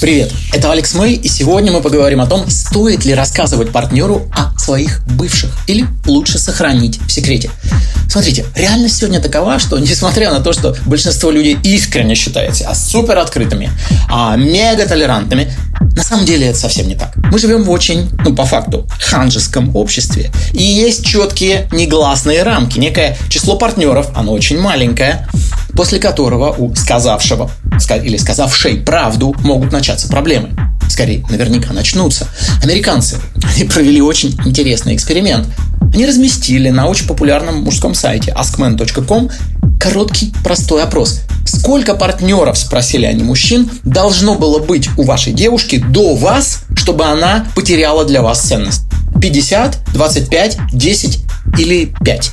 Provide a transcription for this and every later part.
Привет, это Алекс Мэй, и сегодня мы поговорим о том, стоит ли рассказывать партнеру о своих бывших или лучше сохранить в секрете. Смотрите, реальность сегодня такова, что несмотря на то, что большинство людей искренне считает себя супер открытыми, мега толерантными, на самом деле это совсем не так. Мы живем в очень, по факту, ханжеском обществе. И есть четкие негласные рамки. Некое число партнеров, оно очень маленькое, после которого у сказавшего или сказавшей правду могут начаться проблемы. Скорее, наверняка начнутся. Американцы, они провели очень интересный эксперимент. Они разместили на очень популярном мужском сайте askmen.com короткий, простой опрос. Сколько партнеров, спросили они мужчин, должно было быть у вашей девушки до вас, чтобы она потеряла для вас ценность? 50, 25, 10 или 5?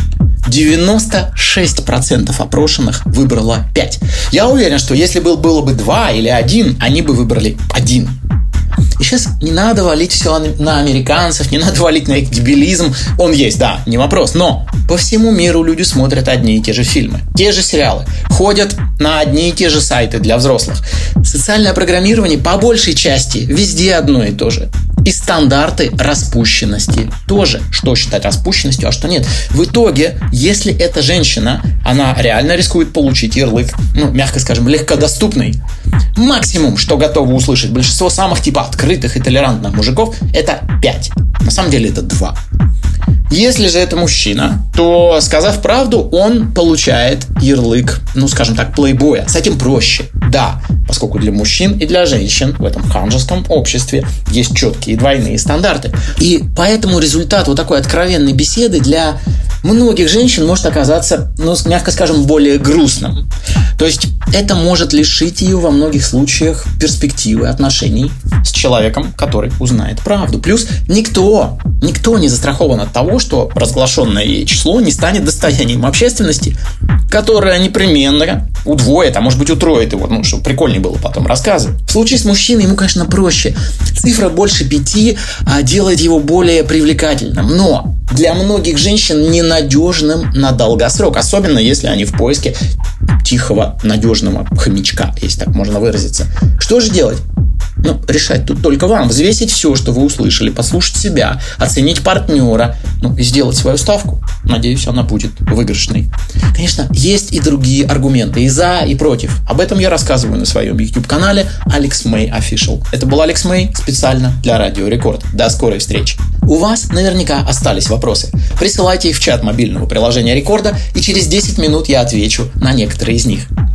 96% опрошенных выбрало 5. Я уверен, что если было бы 2 или 1, они бы выбрали 1. И сейчас не надо валить все на американцев, не надо валить на их дебилизм. Он есть, да, не вопрос. Но по всему миру люди смотрят одни и те же фильмы, те же сериалы, ходят на одни и те же сайты для взрослых. Социальное программирование по большей части везде одно и то же. И стандарты распущенности тоже. Что считать распущенностью, а что нет. В итоге, если эта женщина, она реально рискует получить ярлык, мягко скажем, легкодоступный. Максимум, что готовы услышать большинство самых открытых и толерантных мужиков, это 5. На самом деле это 2. Если же это мужчина, то, сказав правду, он получает ярлык, скажем так, плейбоя. С этим проще. Да, поскольку для мужчин и для женщин в этом ханжеском обществе есть четкие двойные стандарты. И поэтому результат вот такой откровенной беседы для многих женщин может оказаться, мягко скажем, более грустным. То есть это может лишить ее во многих случаях перспективы отношений с человеком, который узнает правду. Плюс никто не застрахован от того, что разглашенное ей число не станет достоянием общественности, которая непременно удвоит, а может быть утроит его, чтобы прикольнее было потом рассказывать. В случае с мужчиной ему, конечно, проще. Цифра больше 5 делает его более привлекательным, но для многих женщин ненадежным на долгосрок, особенно если они в поиске тихого, надежного хомячка, если так можно выразиться. Что же делать? Решать тут только вам. Взвесить все, что вы услышали, послушать себя, оценить партнера, и сделать свою ставку. Надеюсь, она будет выигрышной. Конечно, есть и другие аргументы, и за, и против. Об этом я рассказываю на своем YouTube-канале Alex May Official. Это был Алекс Мэй специально для Радио Рекорд. До скорой встречи. У вас наверняка остались вопросы. Присылайте их в чат мобильного приложения Рекорда, и через 10 минут я отвечу на некоторые из них.